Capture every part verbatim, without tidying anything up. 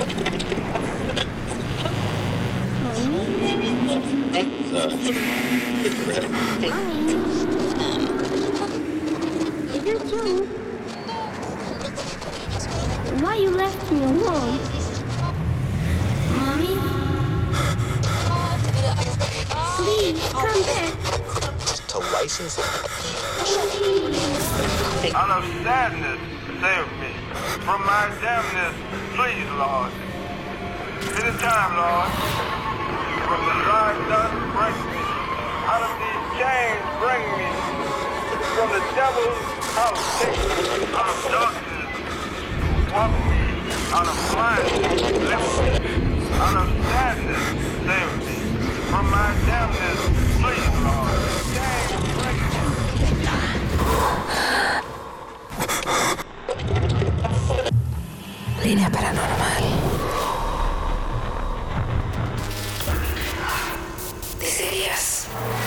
Why you left me alone? Mommy? Please, come back. To license it. Out of sadness, save me. From my damnness, please, Lord. It is time, Lord. From the dry dust, break me. Out of these chains, bring me. From the devil's house, take me. Out of darkness, walk me. Out of blindness, lift me. Out of sadness, save me. From my damnness, please, Lord. Chains, break me. Línea paranormal. Desearías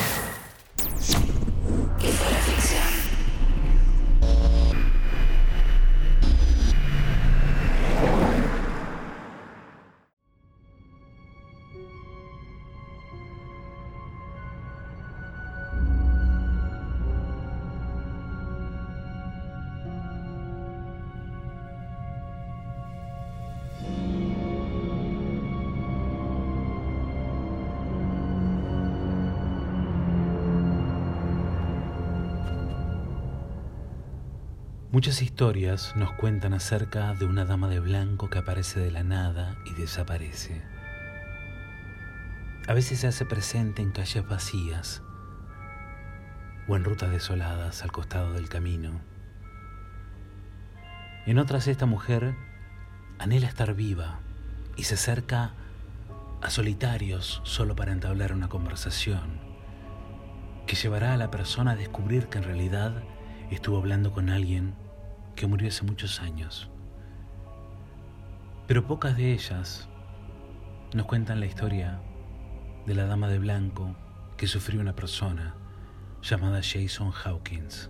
que fuera ficción. Muchas historias nos cuentan acerca de una dama de blanco que aparece de la nada y desaparece. A veces se hace presente en calles vacías o en rutas desoladas al costado del camino. En otras, esta mujer anhela estar viva y se acerca a solitarios solo para entablar una conversación que llevará a la persona a descubrir que en realidad estuvo hablando con alguien que murió hace muchos años. Pero pocas de ellas nos cuentan la historia de la dama de blanco que sufrió una persona llamada Jason Hawkins.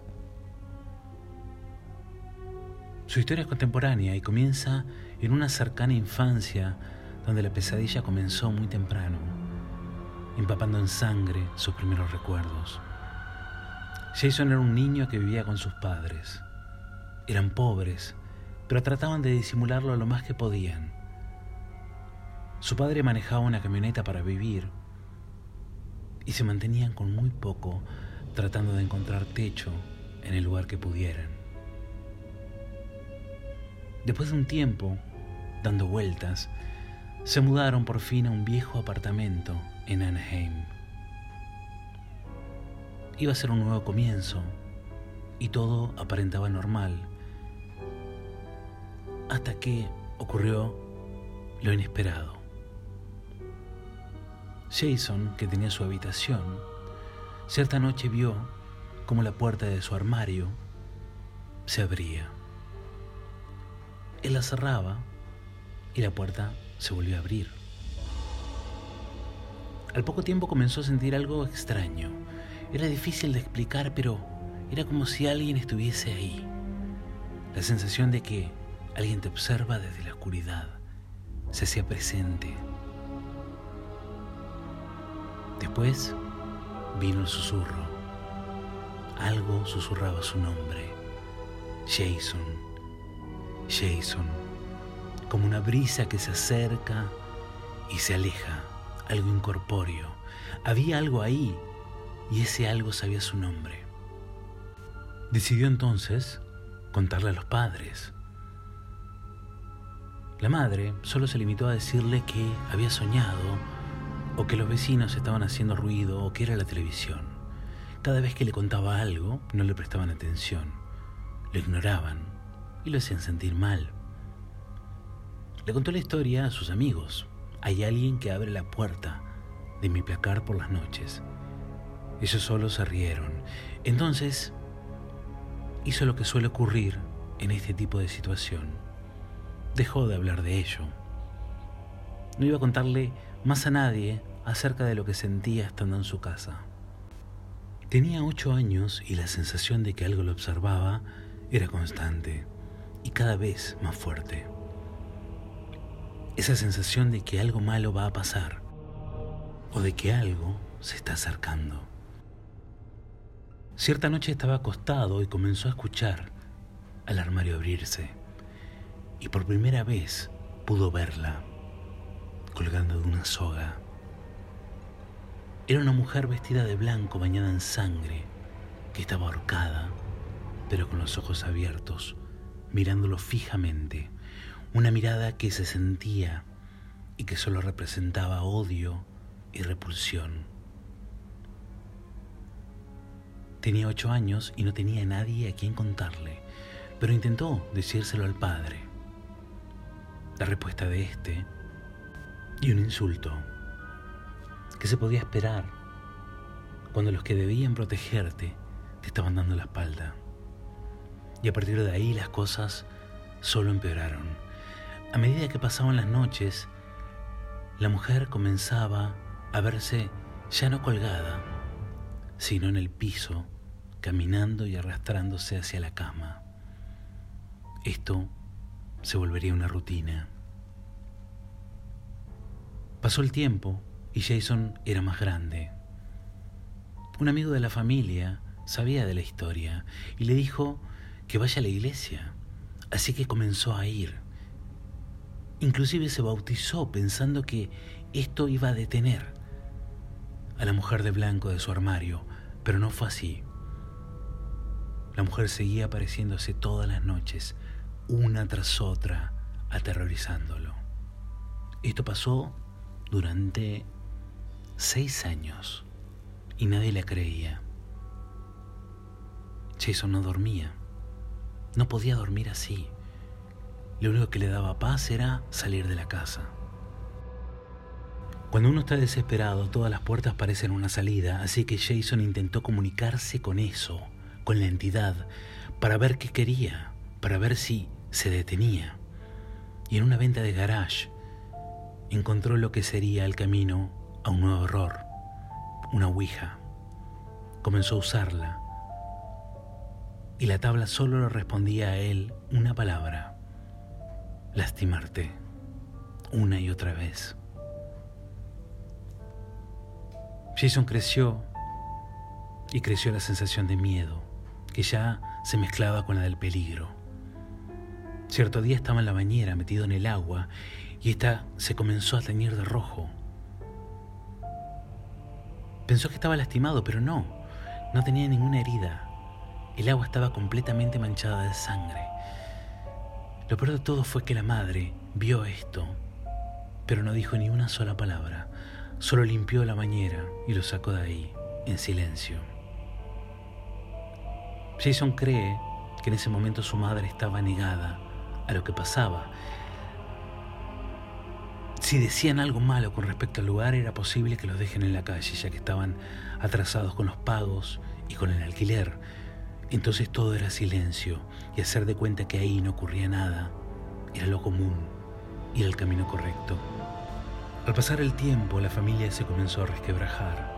Su historia es contemporánea y comienza en una cercana infancia donde la pesadilla comenzó muy temprano, empapando en sangre sus primeros recuerdos. Jason era un niño que vivía con sus padres. Eran pobres, pero trataban de disimularlo lo más que podían. Su padre manejaba una camioneta para vivir y se mantenían con muy poco, tratando de encontrar techo en el lugar que pudieran. Después de un tiempo, dando vueltas, se mudaron por fin a un viejo apartamento en Anaheim. Iba a ser un nuevo comienzo y todo aparentaba normal, hasta que ocurrió lo inesperado. Jason, que tenía su habitación, cierta noche vio cómo la puerta de su armario se abría. Él la cerraba y la puerta se volvió a abrir. Al poco tiempo comenzó a sentir algo extraño. Era difícil de explicar, pero era como si alguien estuviese ahí. La sensación de que alguien te observa desde la oscuridad se hacía presente. Después vino el susurro. Algo susurraba su nombre. Jason. Jason. Como una brisa que se acerca y se aleja. Algo incorpóreo. Había algo ahí y ese algo sabía su nombre. Decidió entonces contarle a los padres. La madre solo se limitó a decirle que había soñado, o que los vecinos estaban haciendo ruido, o que era la televisión. Cada vez que le contaba algo, no le prestaban atención, lo ignoraban y lo hacían sentir mal. Le contó la historia a sus amigos. Hay alguien que abre la puerta de mi placar por las noches. Ellos solo se rieron. Entonces hizo lo que suele ocurrir en este tipo de situación. Dejó de hablar de ello. No iba a contarle más a nadie acerca de lo que sentía estando en su casa. Tenía ocho años y la sensación de que algo lo observaba era constante y cada vez más fuerte. esa sensación de que algo malo va a pasar o de que algo se está acercando. Cierta noche estaba acostado y comenzó a escuchar al armario abrirse y por primera vez pudo verla colgando de una soga. Era una mujer vestida de blanco bañada en sangre que estaba ahorcada, pero con los ojos abiertos, mirándolo fijamente, una mirada que se sentía y que solo representaba odio y repulsión. Tenía ocho años y no tenía nadie a quien contarle, pero intentó decírselo al padre. La respuesta de este y un insulto. ¿Qué se podía esperar cuando los que debían protegerte te estaban dando la espalda? Y a partir de ahí las cosas solo empeoraron. A medida que pasaban las noches, la mujer comenzaba a verse ya no colgada, sino en el piso, caminando y arrastrándose hacia la cama. Esto se volvería una rutina. Pasó el tiempo y Jason era más grande. Un amigo de la familia sabía de la historia y le dijo que vaya a la iglesia, así que comenzó a ir. Inclusive se bautizó pensando que esto iba a detener a la mujer de blanco de su armario, pero no fue así. La mujer seguía apareciéndose todas las noches, una tras otra, aterrorizándolo. Esto pasó durante seis años y nadie le creía. Jason no dormía, no podía dormir así. Lo único que le daba paz era salir de la casa. Cuando uno está desesperado, todas las puertas parecen una salida, así que Jason intentó comunicarse con eso, con la entidad, para ver qué quería, para ver si se detenía. Y en una venta de garage encontró lo que sería el camino a un nuevo horror, una ouija. Comenzó a usarla y la tabla solo le respondía a él una palabra: lastimarte, una y otra vez. Jason creció y creció la sensación de miedo, que ya se mezclaba con la del peligro. Cierto día estaba en la bañera metido en el agua y ésta se comenzó a teñir de rojo. Pensó que estaba lastimado, pero no, no tenía ninguna herida. El agua estaba completamente manchada de sangre. Lo peor de todo fue que la madre vio esto, pero no dijo ni una sola palabra. Solo limpió la bañera y lo sacó de ahí, en silencio. Jason cree que en ese momento su madre estaba negada a lo que pasaba. Si decían algo malo con respecto al lugar, era posible que los dejen en la calle, ya que estaban atrasados con los pagos y con el alquiler. Entonces todo era silencio, y hacer de cuenta que ahí no ocurría nada era lo común y era el camino correcto. Al pasar el tiempo, la familia se comenzó a resquebrajar.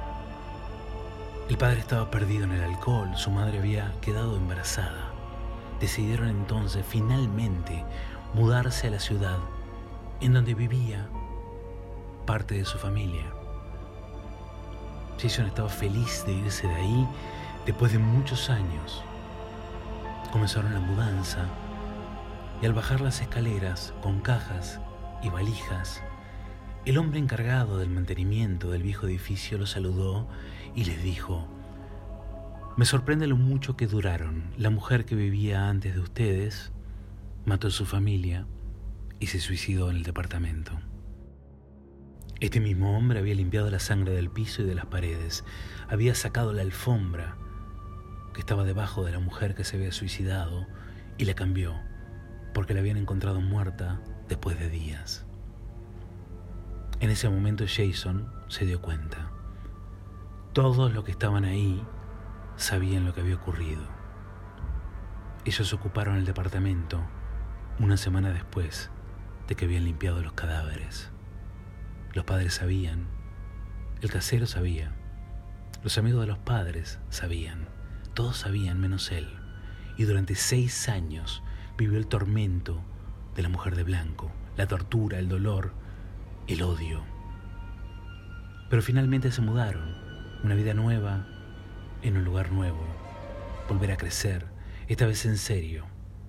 El padre estaba perdido en el alcohol, su madre había quedado embarazada. Decidieron entonces, finalmente, mudarse a la ciudad en donde vivía parte de su familia. Jason estaba feliz de irse de ahí después de muchos años. Comenzaron la mudanza y al bajar las escaleras con cajas y valijas, el hombre encargado del mantenimiento del viejo edificio los saludó y les dijo: me sorprende lo mucho que duraron. La mujer que vivía antes de ustedes mató a su familia y se suicidó en el departamento. Este mismo hombre había limpiado la sangre del piso y de las paredes, había sacado la alfombra que estaba debajo de la mujer que se había suicidado y la cambió porque la habían encontrado muerta después de días. En ese momento Jason se dio cuenta. Todos los que estaban ahí sabían lo que había ocurrido. Ellos ocuparon el departamento una semana después de que habían limpiado los cadáveres. Los padres sabían, el casero sabía, los amigos de los padres sabían, todos sabían menos él. Y durante seis años vivió el tormento de la mujer de blanco, la tortura, el dolor, el odio. Pero finalmente se mudaron, una vida nueva, en un lugar nuevo, volver a crecer, esta vez en serio.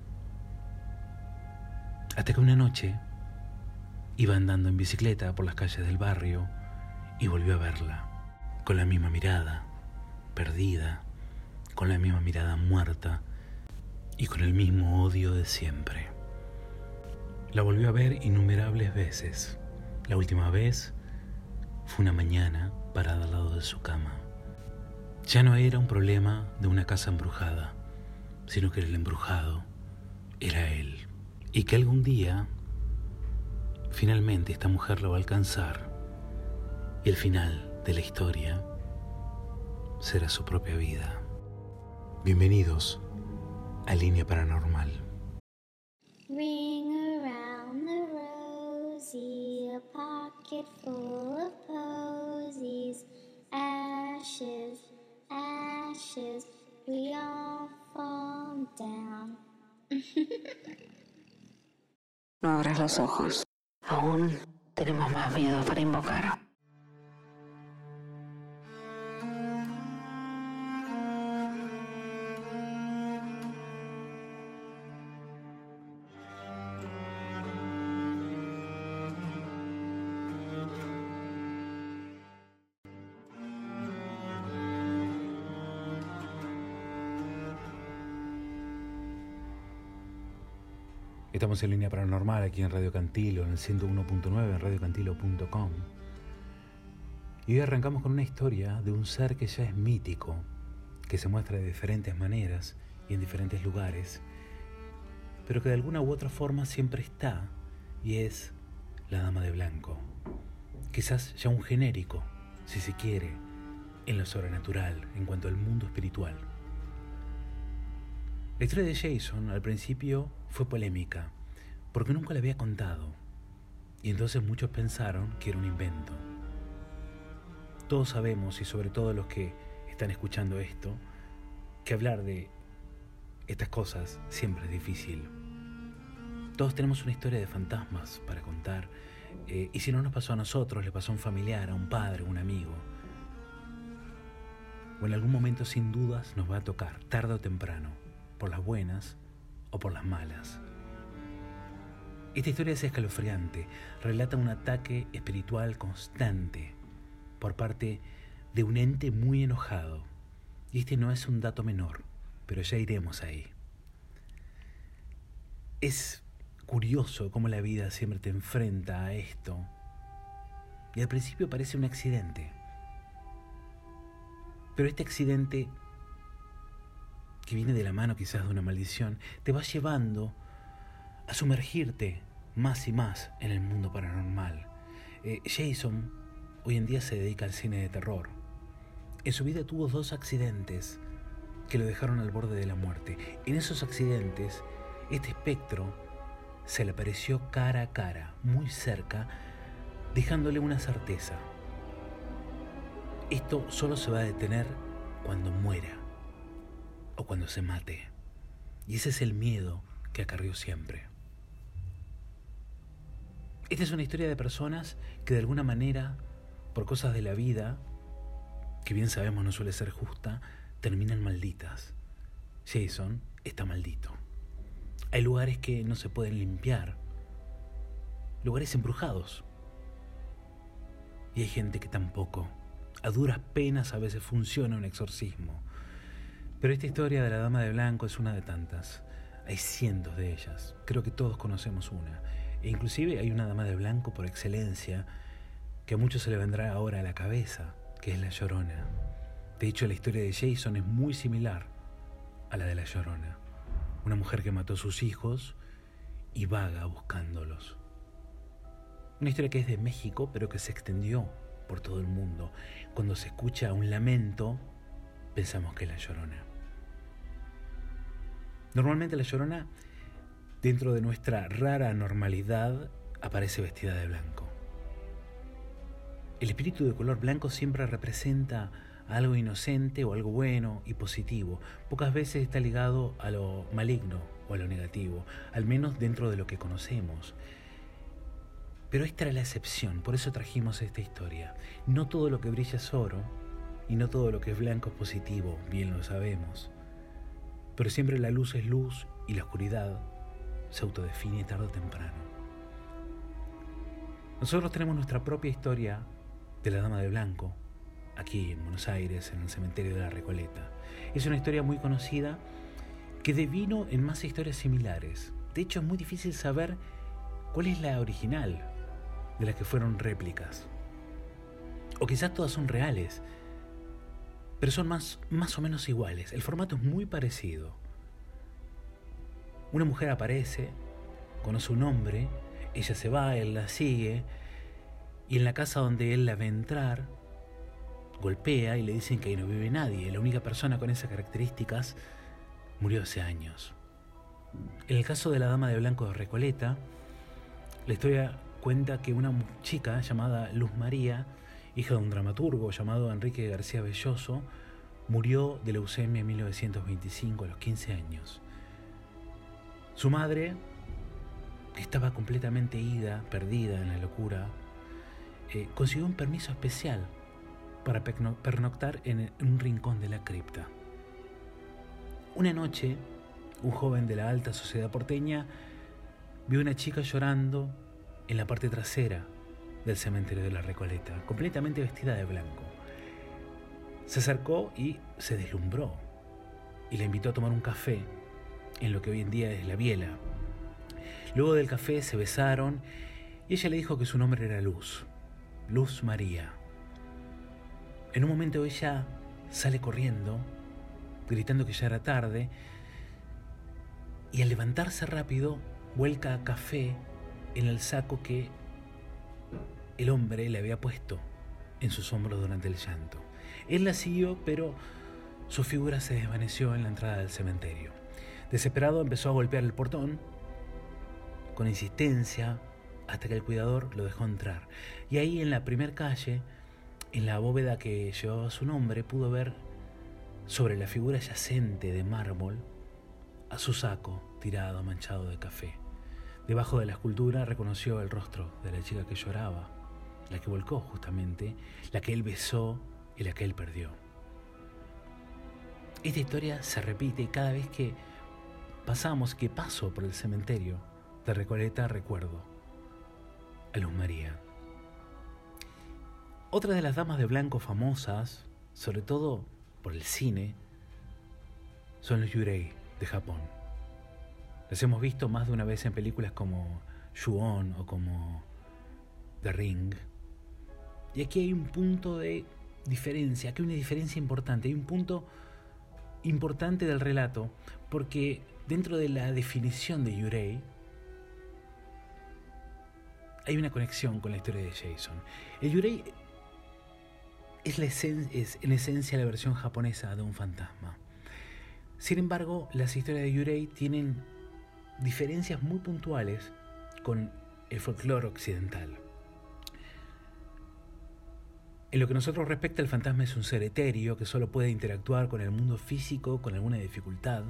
Hasta que una noche iba andando en bicicleta por las calles del barrio y volvió a verla, con la misma mirada, perdida, con la misma mirada muerta y con el mismo odio de siempre. La volvió a ver innumerables veces. La última vez fue una mañana parada al lado de su cama. Ya no era un problema de una casa embrujada, sino que el embrujado era él. Y que algún día, finalmente esta mujer lo va a alcanzar y el final de la historia será su propia vida. Bienvenidos a Línea Paranormal. Ring around the rosy, a pocket full of posies. Ashes, ashes, we all fall down. No abras los ojos. Aún tenemos más miedo para invocar. Estamos en Línea Paranormal aquí en Radio Cantilo, en el ciento uno punto nueve, en radio cantilo punto com. Y hoy arrancamos con una historia de un ser que ya es mítico, que se muestra de diferentes maneras y en diferentes lugares, pero que de alguna u otra forma siempre está, y es la Dama de Blanco. Quizás ya un genérico, si se quiere, en lo sobrenatural, en cuanto al mundo espiritual. La historia de Jason al principio fue polémica, porque nunca la había contado, y entonces muchos pensaron que era un invento. Todos sabemos, y sobre todo los que están escuchando esto, que hablar de estas cosas siempre es difícil. Todos tenemos una historia de fantasmas para contar, eh, y si no nos pasó a nosotros, le pasó a un familiar, a un padre, a un amigo. O en algún momento sin dudas nos va a tocar, tarde o temprano, por las buenas o por las malas. Esta historia es escalofriante, relata un ataque espiritual constante por parte de un ente muy enojado. Y este no es un dato menor, pero ya iremos ahí. Es curioso cómo la vida siempre te enfrenta a esto. Y al principio parece un accidente. Pero este accidente, que viene de la mano quizás de una maldición, te va llevando a sumergirte más y más en el mundo paranormal. Eh, Jason hoy en día se dedica al cine de terror. En su vida tuvo dos accidentes que lo dejaron al borde de la muerte. En esos accidentes, este espectro se le apareció cara a cara, muy cerca, dejándole una certeza. Esto solo se va a detener cuando muera o cuando se mate. Y ese es el miedo que acarrió siempre. Esta es una historia de personas que de alguna manera, por cosas de la vida, que bien sabemos no suele ser justa, terminan malditas. Jason está maldito. Hay lugares que no se pueden limpiar, lugares embrujados. Y hay gente que tampoco. A duras penas a veces funciona un exorcismo. Pero esta historia de la Dama de Blanco es una de tantas. Hay cientos de ellas. Creo que todos conocemos una. E inclusive hay una Dama de Blanco por excelencia que a muchos se le vendrá ahora a la cabeza, que es la Llorona. De hecho, la historia de Jason es muy similar a la de la Llorona. Una mujer que mató a sus hijos y vaga buscándolos. Una historia que es de México, pero que se extendió por todo el mundo. Cuando se escucha un lamento, pensamos que es la Llorona. Normalmente la Llorona, dentro de nuestra rara normalidad, aparece vestida de blanco. El espíritu de color blanco siempre representa algo inocente o algo bueno y positivo. Pocas veces está ligado a lo maligno o a lo negativo, al menos dentro de lo que conocemos. Pero esta era la excepción, por eso trajimos esta historia. No todo lo que brilla es oro, y no todo lo que es blanco es positivo, bien lo sabemos. Pero siempre la luz es luz y la oscuridad se autodefine tarde o temprano. Nosotros tenemos nuestra propia historia de la Dama de Blanco, aquí en Buenos Aires, en el cementerio de la Recoleta. Es una historia muy conocida que devino en más historias similares. De hecho, es muy difícil saber cuál es la original de las que fueron réplicas. O quizás todas son reales, pero son más, más o menos iguales. El formato es muy parecido. Una mujer aparece, conoce un hombre, ella se va, él la sigue, y en la casa donde él la ve entrar, golpea y le dicen que ahí no vive nadie. La única persona con esas características murió hace años. En el caso de la Dama de Blanco de Recoleta, la historia cuenta que una chica llamada Luz María, hija de un dramaturgo llamado Enrique García Belloso, murió de leucemia en mil novecientos veinticinco a los quince años. Su madre, que estaba completamente ida, perdida en la locura, eh, consiguió un permiso especial para pernoctar en un rincón de la cripta. Una noche, un joven de la alta sociedad porteña vio a una chica llorando en la parte trasera del cementerio de la Recoleta, completamente vestida de blanco. Se acercó y se deslumbró y la invitó a tomar un café en lo que hoy en día es La Biela. Luego del café se besaron y ella le dijo que su nombre era Luz, Luz María. En un momento ella sale corriendo, gritando que ya era tarde, y al levantarse rápido vuelca café en el saco que el hombre le había puesto en sus hombros durante el llanto. Él la siguió, pero su figura se desvaneció en la entrada del cementerio. Desesperado empezó a golpear el portón con insistencia hasta que el cuidador lo dejó entrar. Y ahí en la primer calle, en la bóveda que llevaba su nombre, pudo ver sobre la figura yacente de mármol a su saco tirado, manchado de café. Debajo de la escultura reconoció el rostro de la chica que lloraba, la que volcó justamente, la que él besó y la que él perdió. Esta historia se repite y cada vez que pasamos, que paso por el cementerio de Recoleta, recuerdo a Luz María. Otra de las damas de blanco famosas, sobre todo por el cine, son los yurei de Japón. Las hemos visto más de una vez en películas como Ju-On o como The Ring. Y aquí hay un punto de diferencia, aquí hay una diferencia importante, hay un punto importante del relato, porque dentro de la definición de yurei hay una conexión con la historia de Jason. El yurei es, la esen- es en esencia la versión japonesa de un fantasma. Sin embargo, las historias de yurei tienen diferencias muy puntuales con el folclore occidental. En lo que nosotros respecta, el fantasma es un ser etéreo que solo puede interactuar con el mundo físico con alguna dificultad.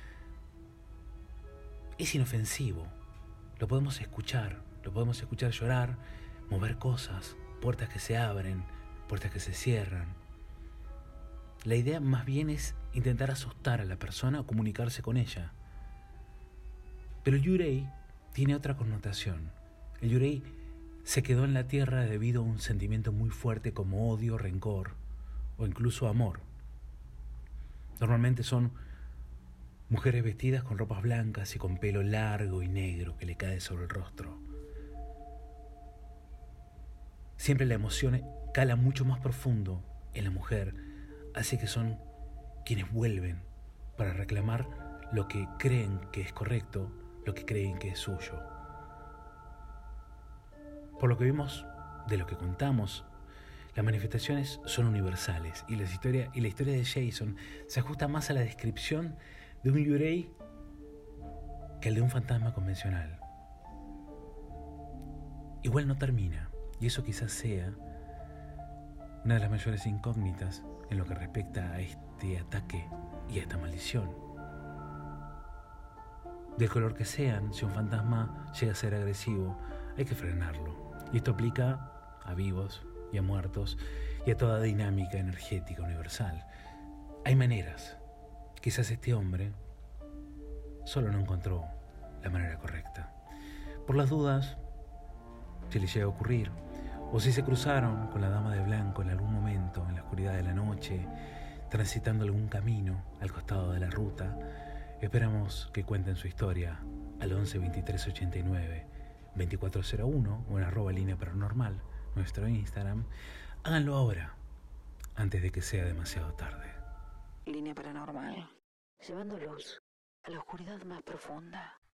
Es inofensivo, lo podemos escuchar, lo podemos escuchar llorar, mover cosas, puertas que se abren, puertas que se cierran. La idea más bien es intentar asustar a la persona o comunicarse con ella. Pero el yurei tiene otra connotación. El yurei se quedó en la tierra debido a un sentimiento muy fuerte como odio, rencor o incluso amor. Normalmente son mujeres vestidas con ropas blancas y con pelo largo y negro que le cae sobre el rostro. Siempre la emoción cala mucho más profundo en la mujer, así que son quienes vuelven para reclamar lo que creen que es correcto, lo que creen que es suyo. Por lo que vimos, de lo que contamos, las manifestaciones son universales y la historia, y la historia de Jason se ajusta más a la descripción de un yurei que al de un fantasma convencional. Igual no termina, y eso quizás sea una de las mayores incógnitas en lo que respecta a este ataque y a esta maldición. del color que sean, si un fantasma llega a ser agresivo, hay que frenarlo. Y esto aplica a vivos y a muertos y a toda dinámica energética universal. Hay maneras. Quizás este hombre solo no encontró la manera correcta. Por las dudas, si le llega a ocurrir, o si se cruzaron con la dama de blanco en algún momento, en la oscuridad de la noche, transitando algún camino al costado de la ruta, esperamos que cuenten su historia al once veintitrés ochenta y nueve veinticuatro cero uno o en arroba línea paranormal, nuestro Instagram. Háganlo ahora, antes de que sea demasiado tarde. Línea paranormal, llevando luz a la oscuridad más profunda.